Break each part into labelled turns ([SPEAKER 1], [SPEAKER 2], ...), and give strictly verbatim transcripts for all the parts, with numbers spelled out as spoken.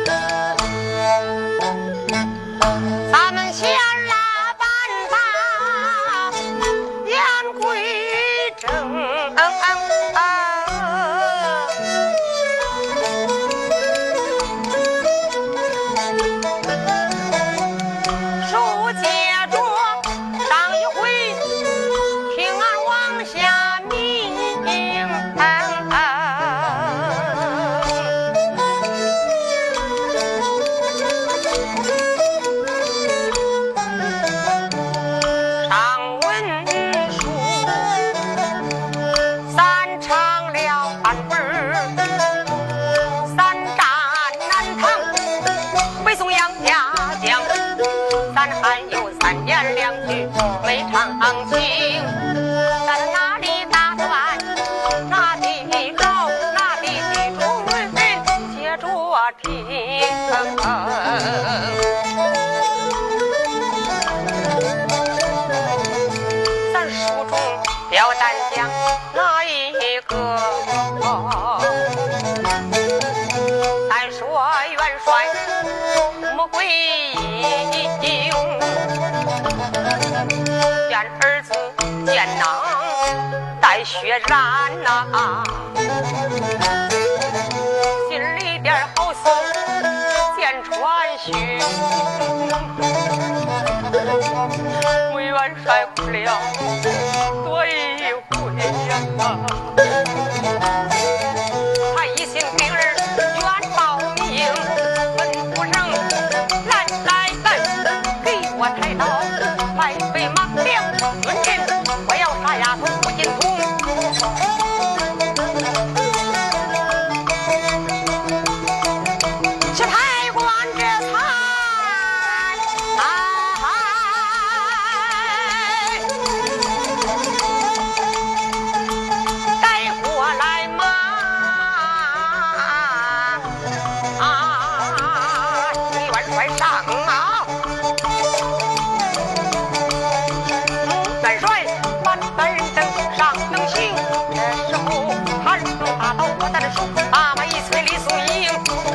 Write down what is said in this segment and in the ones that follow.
[SPEAKER 1] 咱们先拉板打，言归正。书接着上一回，听俺往下明。上文书三唱了半本儿，三战南唐，北宋杨家将，咱还有三言两句没唱清。咱哪里打算哪里找哪里记住接着听。咱书中表单讲哪一个？咱说元帅穆桂英见儿子见囊带血染呐、啊，心里边好似见传须。穆元帅哭了多一回呀、他一心给儿愿报名，吩咐声来来来，给我抬刀来飞马两军阵，我要杀丫头不进土。去抬官这才带过来嘛啊！你元帅上啊！元帅把本人正上能行，这时候他手大刀我在这手，把马一催李素英。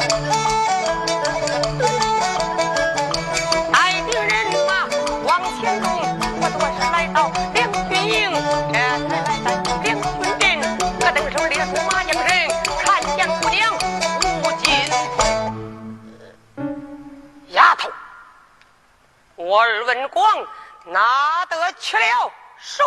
[SPEAKER 1] 带领人马往前走，我多是来到两军营，这才来到两军阵，咯噔手列出马将人，看见姑娘吴金丫头，我儿文广哪得去了？说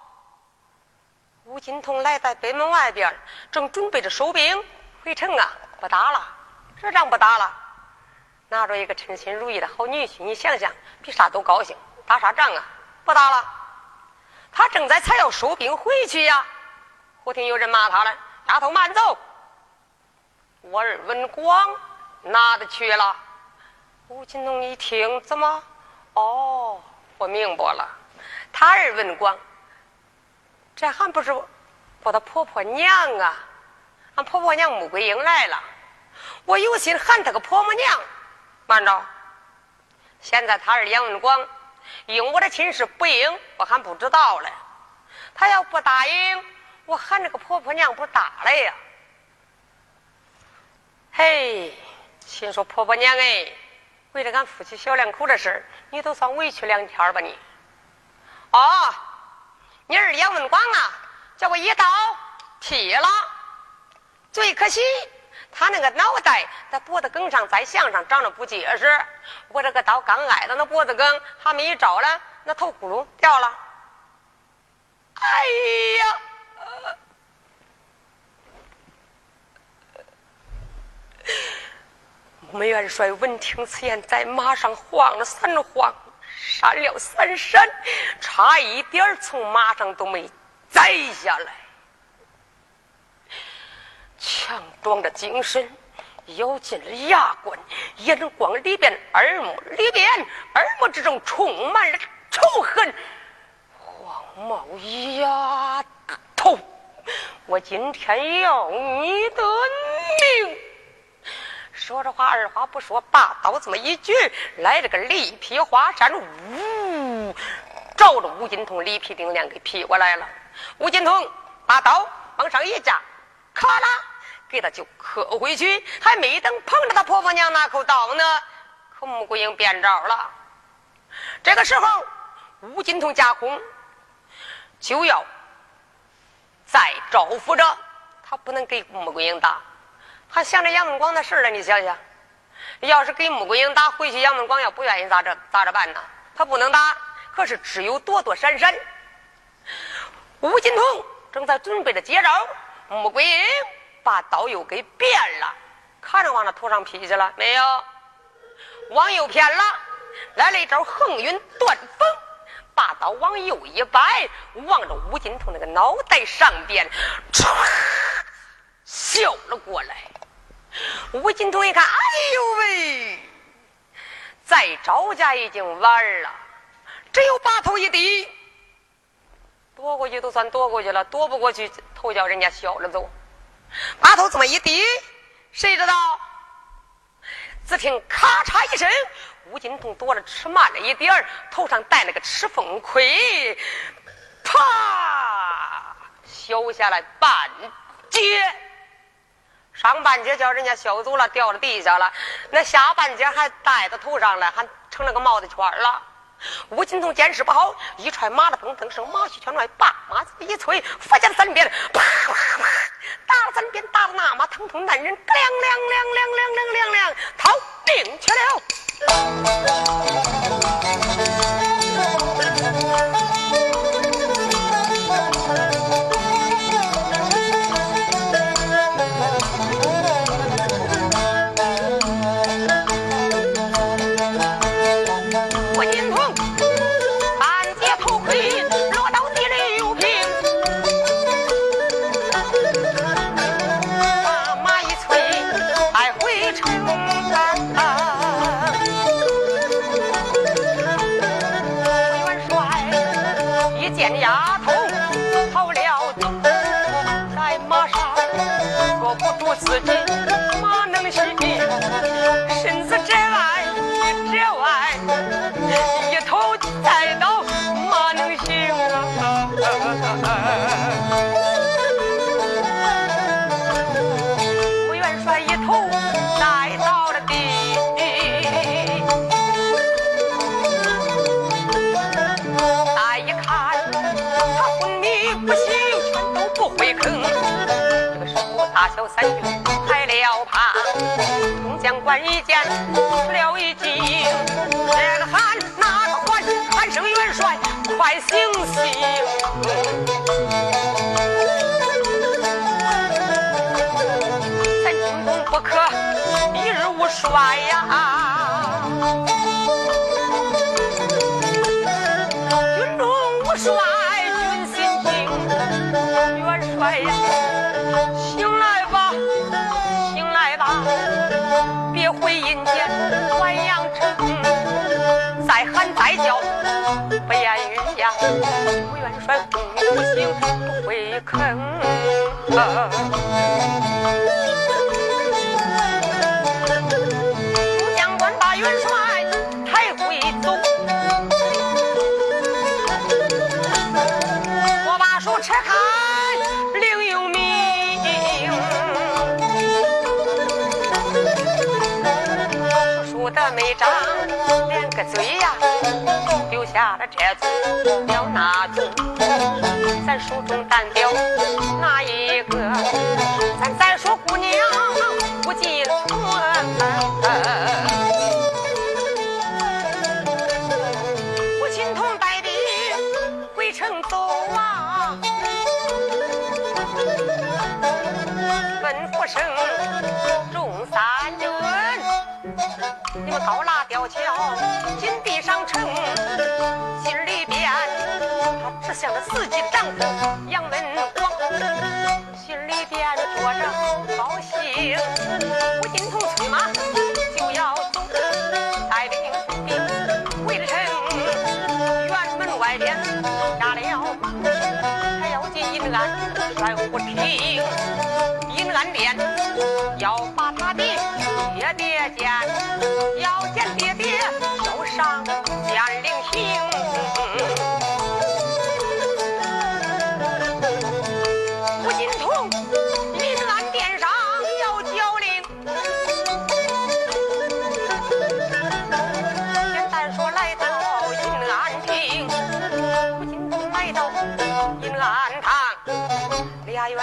[SPEAKER 1] 吴金童来在北门外边，正准备着收兵回城啊，不打了，这仗不打了，拿着一个称心如意的好女婿，你想想比啥都高兴，打啥仗啊？不打了。他正在才要收兵回去呀、啊，忽听有人骂他了：“丫头慢走！我儿文广哪得去了？”吴金童一听，怎么？哦，我明白了，他儿文广，这还不是我的婆婆娘啊！俺婆婆娘穆桂英来了，我有心喊她个婆婆娘。慢着，现在他儿杨文广应我的亲事不应，我还不知道嘞。他要不答应，我喊这个婆婆娘不打了呀。嘿，心说婆婆娘哎，为了俺夫妻小两口的事，你都算委屈两天吧你。哦，你儿杨文广啊，叫我一刀劈了，最可惜他那个脑袋在脖子梗上在向上长得不结实，我这个刀刚挨到那脖子梗，还没一着了，那头咕噜掉了。哎呀！穆元帅闻听此言，在马上晃了三晃，闪了三闪，差一点从马上都没栽下来。强壮的精神咬紧了牙关，眼光里边耳目里边耳目之中充满了仇恨。黄毛丫头，我今天要你的命！说着话二话不说，把刀这么一举，来这个力劈华山，呜，照着吴金童力劈顶梁给劈过来了。吴金童把刀往上一架，咔啦给他就磕回去，还没等碰着他婆婆娘那口刀呢，可穆桂英变招了。这个时候吴金童架空就要再招呼着，他不能给穆桂英打，还想着杨文广的事了。你想想，要是给穆桂英打回去，杨文广要不愿意咋着咋着办呢？他不能打，可是只有躲躲闪闪。吴金童正在准备着接招，穆桂英把刀又给变了，看着往他头上劈去了没有？往右偏了，来了一招横云断风，把刀往右一摆，望着吴金童那个脑袋上边笑了过来。吴金童一看，哎呦喂，再招架已经完了，只有把头一低，躲过去都算躲过去了，躲不过去头叫人家笑着走。把头这么一低，谁知道只听咔嚓一声，吴金童躲了吃慢了一点儿，头上戴了个赤凤盔，啪削下来半截，上半截叫人家削走了，掉了地下了，那下半截还戴在头上了，还成了个帽子圈了。吴金童见势不好，一踹马的蹦腾声，马须圈外，把马子一催，发家三鞭，啪啪啪，打了三鞭，打了那马疼痛难忍，亮亮亮亮亮亮亮亮，逃命去了。自己马能行，身子这外这外，一头栽倒马能行啊！吴元帅一头栽到了地，再一看他昏迷不醒，全都不会吭。大小三军开了趴，众将官一见吃了一惊，这个喊那个唤，喊声元帅快醒醒！咱军功不可一日无衰呀，军中无衰军心惊，元帅呀！别回阴间还阳城，再喊再叫不言语呀！我元帅昏迷不醒不会吭。将官把元帅抬回走，我把手扯开另有命。的没长连个嘴呀，留下了这族了那族，咱手中单雕哪一个？咱再说姑娘不记错，我亲同带领回城走啊，吩咐声众三军。你们高拉吊桥，金地上城，心里边他只想着自己丈夫杨文广，心里边着着高兴。吴金童催马就要走，带领兵回了城，辕门外边下了马，还要进银安帅府厅，银安殿要把他的爹爹见，要见爹爹手上见令行。吴金童银安殿上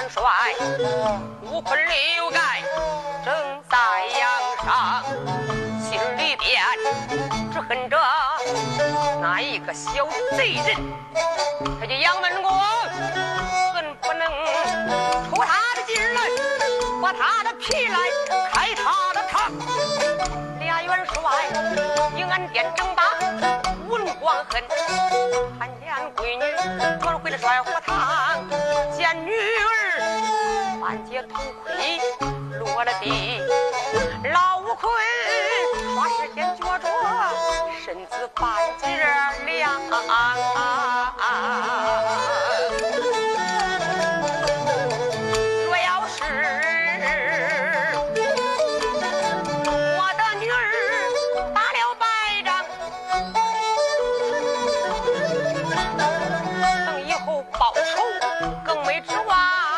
[SPEAKER 1] 帅，吴坤刘盖正在阳上，心里边只恨着那一个小贼人，他就杨文公恨不能抽他的筋来，把他的皮来开他的膛。俩元帅迎安殿争霸，文光恨看见闺女转回了帅火堂，见女儿半截头盔落了地，老吴坤刷时间觉着身子半截凉。若要是我的女儿打了败仗，等以后报仇更没指望。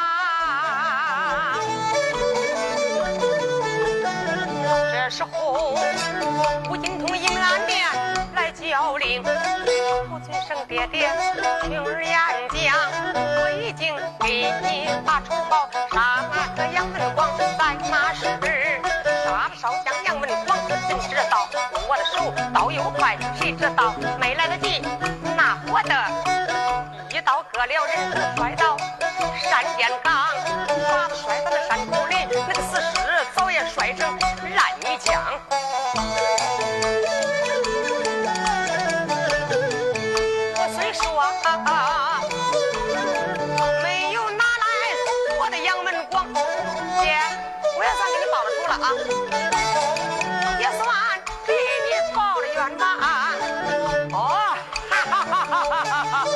[SPEAKER 1] 这时候吴金通迎安殿来教令，侯尊生爹爹听儿言讲，我已经给你把仇报，杀那个杨文广在那时杀了少将杨文广，怎知道我的手刀又快，谁知道没来得及那我的一刀割了人，摔到山间岗，把他摔到了山沟里，那个死尸早也摔成烂泥浆。我虽说啊没有拿来我的杨文广，姐我也算给你报了仇了啊，也算给你报了冤吧。哦，哈哈哈哈哈哈！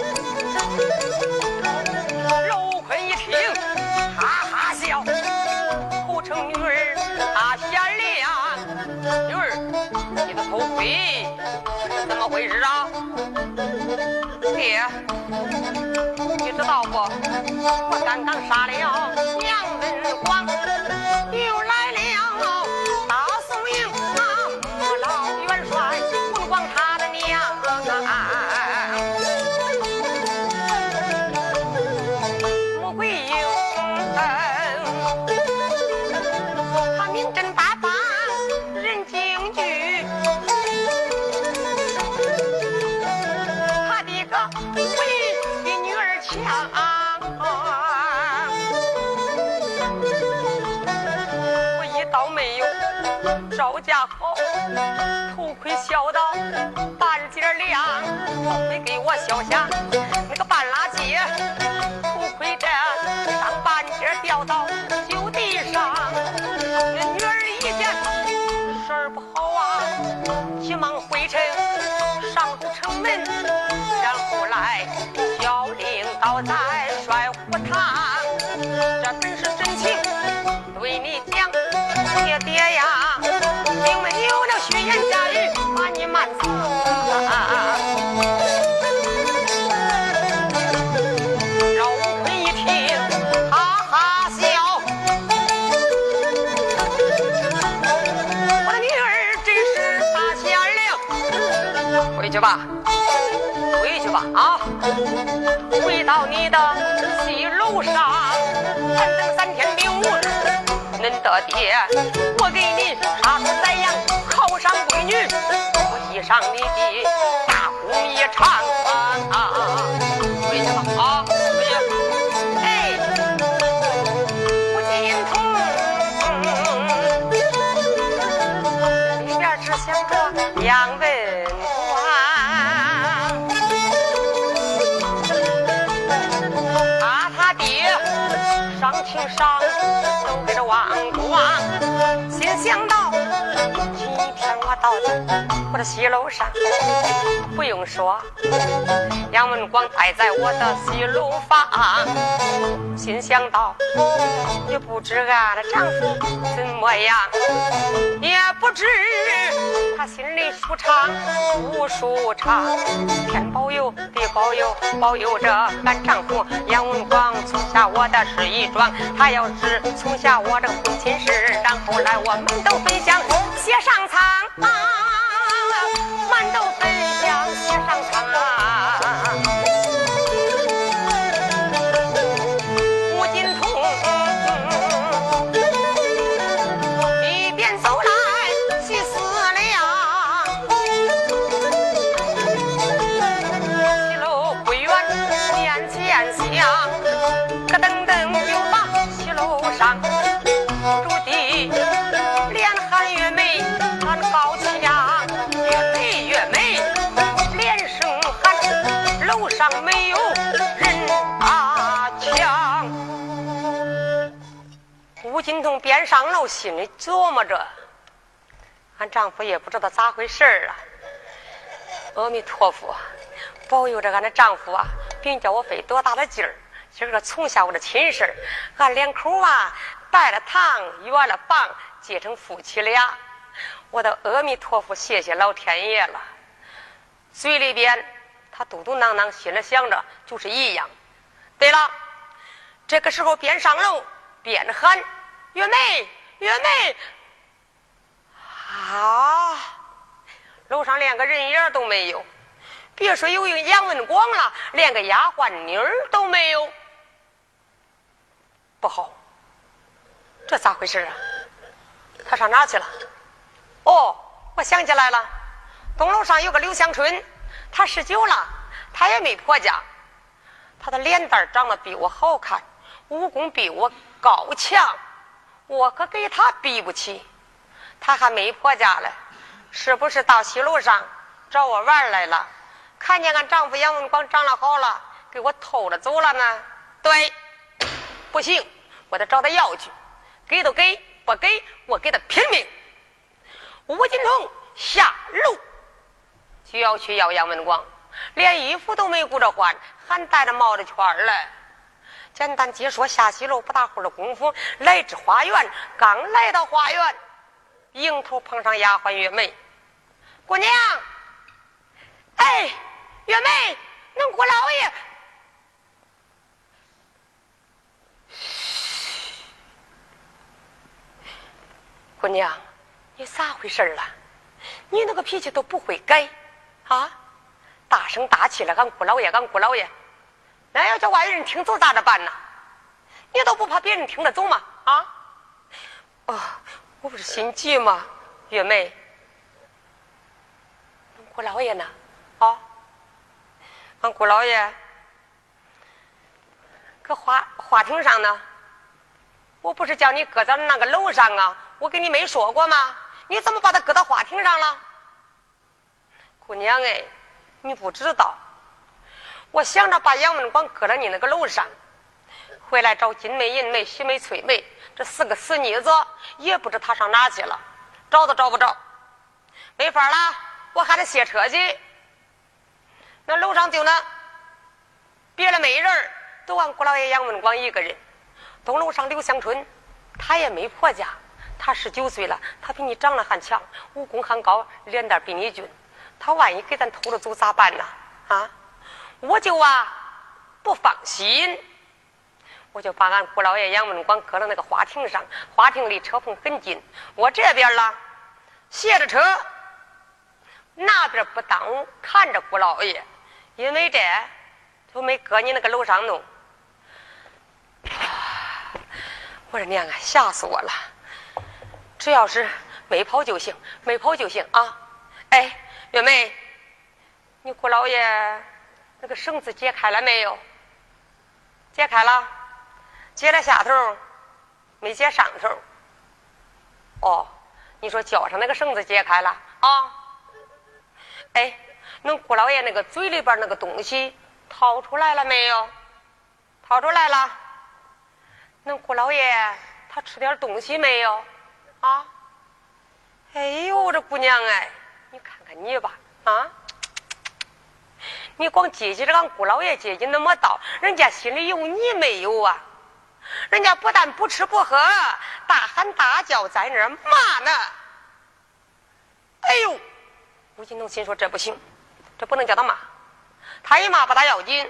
[SPEAKER 1] 楼坤一听哈哈笑，口称女儿他贤良，女儿你的头盔是怎么回事啊？爹，你知道不？我刚刚杀了杨文广，又来了大宋营啊，老元帅文广他的娘啊！魔鬼营他明侦八方人惊惧，他的个威比女儿强。我一刀没有招架好，头盔削到半截凉，头盔给我削下那个半拉街，头盔这上半截掉到酒地上。那女儿一见事儿不好啊，急忙回城上出城门，然后来交令倒在帅火堂。这本是真情对你讲，爹爹呀，并没有了虚言假语把你瞒死。饶吴坤一听哈哈笑，我的女儿真是大贤良。回去吧，回去吧啊！回到你的西楼上，咱等三天六日，恁的爹我给你杀出宰羊，犒赏闺女，我记上你的大功一场啊！回去吧啊，回去。哎，我金童里边只想着杨文广，啊他爹上情上都给这忘光，心想到今天我到了我的西楼上，不用说杨文广待在我的西楼房，心想到也不知俺的丈夫怎么样，也不知他心里舒畅不舒畅，天保佑地保佑，保佑着俺丈夫杨文广从下我的是一桩，他要是从下我这个婚亲事，然后来我们都分享写上苍啊，满都分享写上苍啊。吴金喊高气压，越配越美，连声喊楼上没有人啊抢。吴金童边上楼，心里琢磨着，俺丈夫也不知道咋回事儿啊。阿弥陀佛，保佑着俺的丈夫啊，别叫我费多大的劲儿。今儿个从下我的亲事，俺两口啊拜了堂，圆了房，结成夫妻俩。我的阿弥陀佛，谢谢老天爷了。嘴里边他嘟嘟囔囔，心里想着就是一样。对了，这个时候边上楼边喊月妹月妹啊，楼上连个人影都没有，别说有杨文广了，连个丫鬟妮儿都没有。不好，这咋回事啊？他上哪去了？哦，我想起来了，东楼上有个刘香春，他十九了，他也没婆家，他的脸蛋长得比我好看，武功比我高强，我可给他比不起。他还没婆家嘞，是不是到西楼上找我玩来了？看见俺丈夫杨文广长得好了，给我偷了走了呢？对，不行，我得找他要去，给都给，不给我给他拼命。吴金童下楼就要去要杨文广，连衣服都没顾着换，还带着帽子圈来。简单解说，下西楼不大会儿的功夫，来至花园。刚来到花园，迎头碰上丫鬟月梅。姑娘，哎，月梅，恁姑老爷。姑娘，你咋回事了？你那个脾气都不会改啊！大声大气了，俺姑老爷，俺姑老爷，那要叫外人听走咋着办呢？你都不怕别人听得走吗？啊！哦，我不是心急吗？月梅，俺姑老爷呢？啊，俺姑老爷搁花花亭上呢。我不是叫你搁到那个楼上啊？我跟你没说过吗？你怎么把他搁到花亭上了？姑娘哎，你不知道，我想着把杨文广搁到你那个楼上，回来找金梅、银梅、喜梅、翠梅这四个死妮子，也不知他上哪去了，找都找不着。没法了，我还得卸车去。那楼上就那别的没人，都俺姑老爷杨文广一个人。东楼上刘香春，他也没婆家，他十九岁了，他比你长得还强，武功还高，脸蛋比你俊，他万一给咱偷了走咋办呢？啊，我就啊不放心，我就把俺姑老爷杨文广搁到那个花亭上，花亭离车棚很近，我这边了卸着车，那边不耽误看着姑老爷，因为这就没搁你那个楼上弄。我说娘啊，吓死我了！只要是没跑就行，没跑就行啊！哎，月梅，你姑老爷那个绳子解开了没有？解开了，解了下头，没解上头。哦，你说脚上那个绳子解开了啊？哎，恁姑老爷那个嘴里边那个东西掏出来了没有？掏出来了。恁姑老爷他吃点东西没有啊？哎呦，这姑娘哎，你看看你吧啊！你光接近着俺姑老爷接近那么到，人家心里有你没有啊？人家不但不吃不喝，大喊大叫在那儿骂呢。哎呦，吴金东心说这不行，这不能叫他骂，他一骂不大要紧。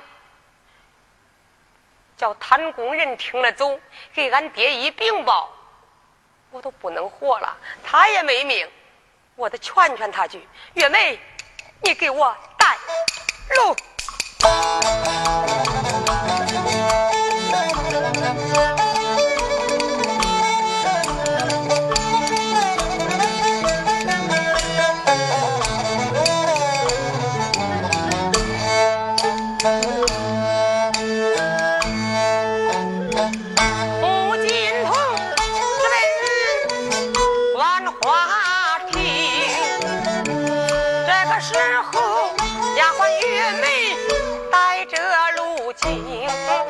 [SPEAKER 1] 叫贪工人听了走，给俺爹一禀报，我都不能活了。他也没命，我得劝劝他去。月梅，你给我带路。吴金童直奔万花亭。 时候，丫鬟月梅带着路径，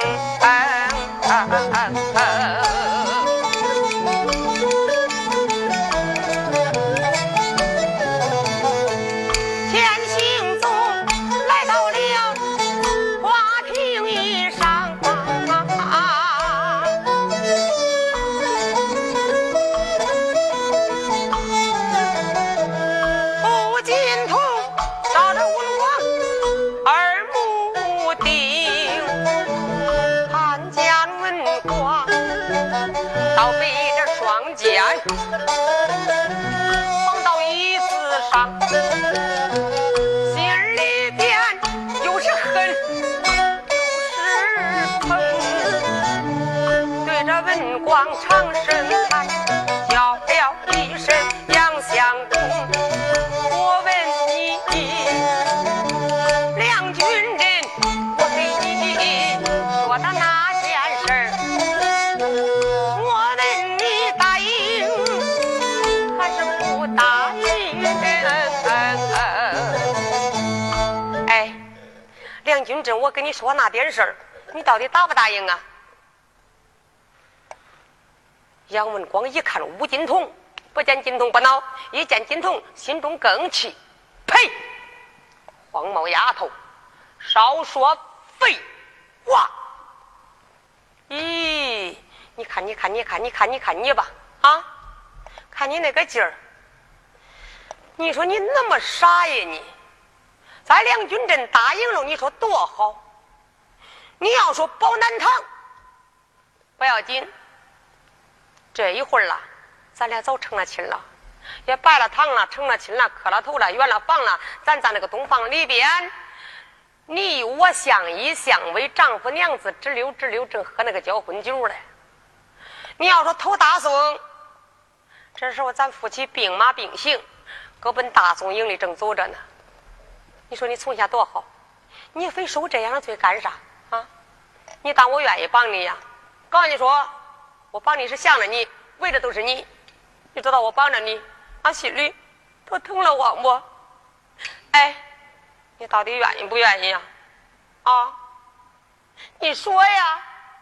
[SPEAKER 1] 前行中来到了花亭以上，不尽头照着文光耳目定，看见文光倒背着双肩放到椅子上，心里边又是恨又是疼，对着文光长声叹，叫了一声杨相公，我问你梁军人，我给你说的那件事儿，我问你答应还是不答应？哎，梁军珍，我跟你说那点事儿，你到底答不答应啊？杨文广一看吴金童，不见金童不恼，一见金童心中更气，呸！黄毛丫头，少说废话！咦，你看，你看，你看，你看，你看你吧，啊，看你那个劲儿，你说你那么傻呀你？咱梁军镇答应了，你说多好。你要说保南堂不要紧，这一会儿了，咱俩早成了亲了，也拜了堂了，成了亲了，磕了头了，圆了房了，咱在那个东房里边，你我相依相偎，丈夫娘子直溜直溜，正喝那个交婚酒嘞。你要说头大宋，这时候咱夫妻并马并行，各奔大宋营里正走着呢。你说你从下多好，你非受这样的罪干啥啊？你当我愿意帮你呀？告诉你说，我帮你是向着你，为的都是你。你知道我帮着你，俺心里多疼了我不？哎，你到底愿意不愿意呀？啊，你说呀！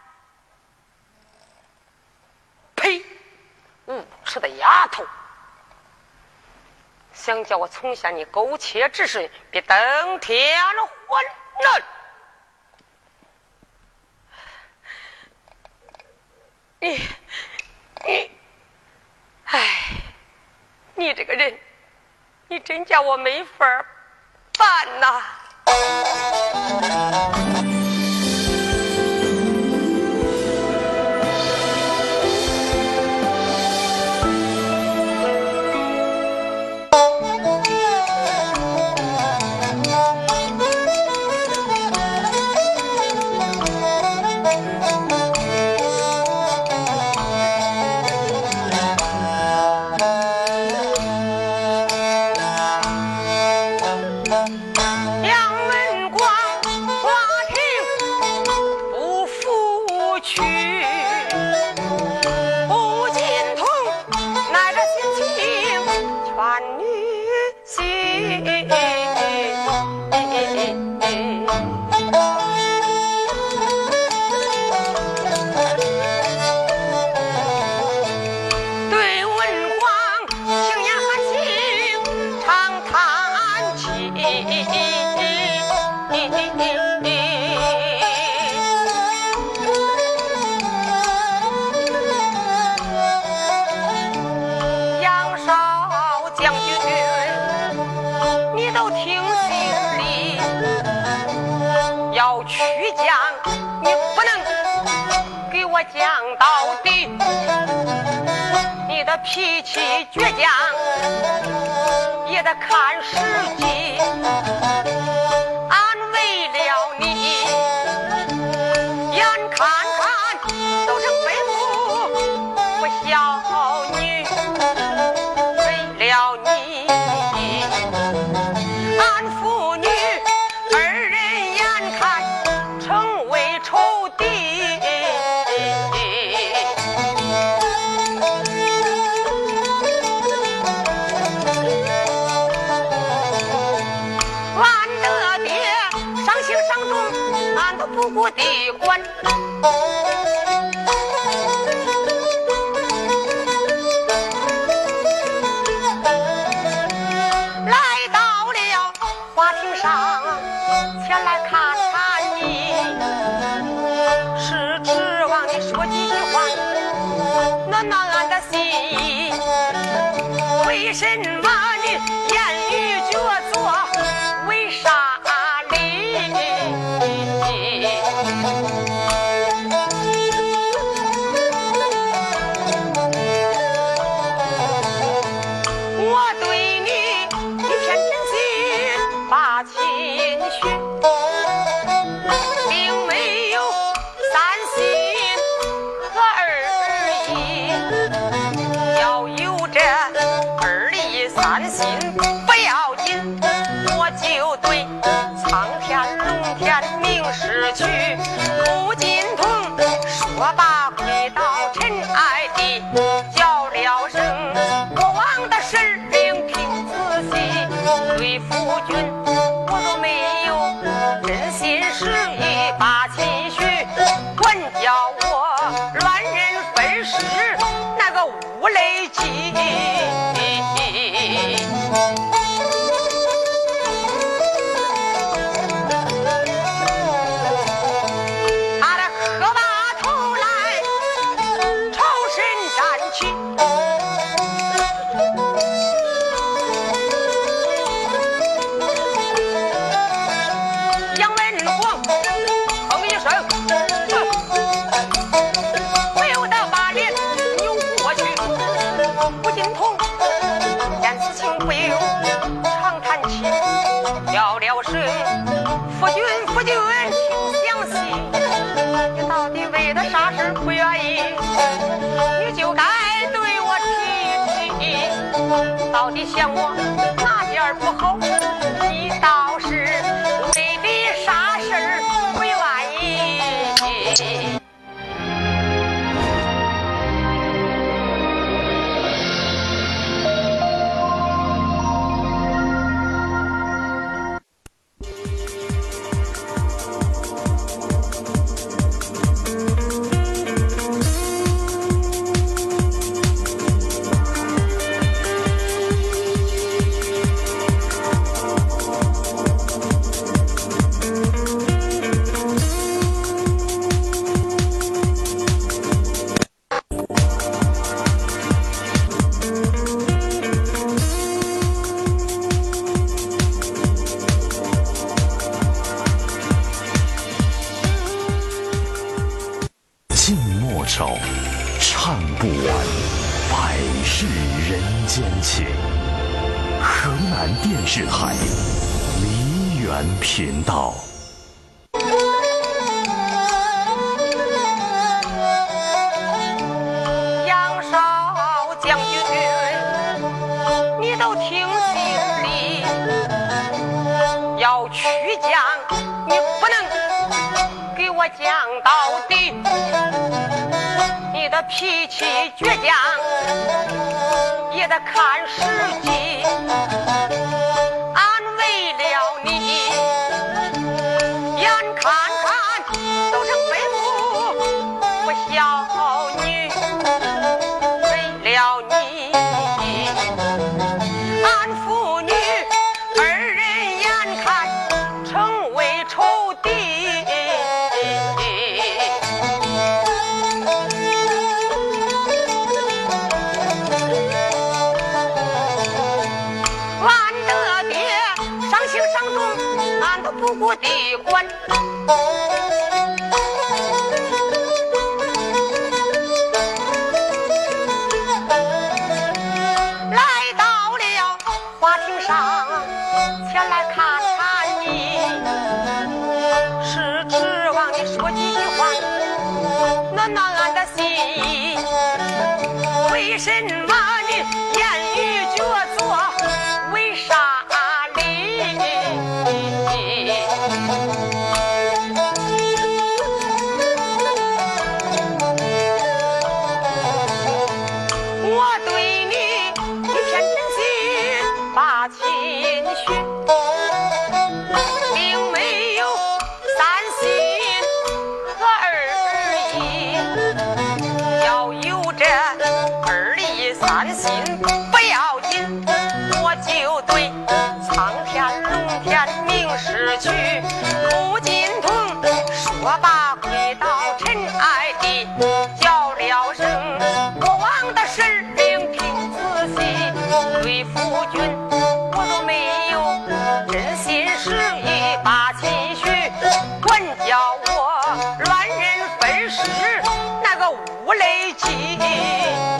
[SPEAKER 1] 呸！无耻的丫头！想叫我从下你苟且之事，别登天了还人！你你，哎，你这个人，你真叫我没法办呐！讲到底，你的脾气倔强，也得看时机。安慰了你，眼看看都成非父不孝女，为了你，俺父女二人眼看成为仇敌。 不顾地管。来到了花厅上，前来看看你，是指望你说几句话暖暖俺的心。为什么你言语决作为啥理？我对你一片真心把情绪，并没有三心和二意，要有这二意三心不要紧，我就对苍天龙天明示去，不金童说罢回到尘埃地，叫了声国王的神灵听仔细，对夫君我若没有真心实意把情绪，管教我乱人分尸那个无雷击。他的磕把头来朝神站起，杨文广哼一声，不由得把脸扭过去。不金童见此情不由长叹气，叫了声夫君夫君听详细，你到底为了啥事不愿意？你就该对我提提，到底想我哪点不好？你倒是为的啥事不愿意？
[SPEAKER 2] 静默守，唱不完百世人间情。河南电视台梨园频道。
[SPEAKER 1] 杨少将军，你都听心里，要去将，你不能给我讲到底。你的脾气倔强，也得看时机。安慰了你，眼看看都成废物不孝女，为了你，俺父女二人眼看成为仇敌。不顾地管，来到了花厅上，前来看看你，是指望你说几句话暖暖俺的心。为什么你言语决作为啥理？我对你一片真心把情绪，并没有三心不对，苍天龙天明失去，寇金童说罢跪倒尘埃地，叫了声国王的神灵听仔细，对夫君我若没有真心实意把亲许，管教我乱人分尸那个无雷击。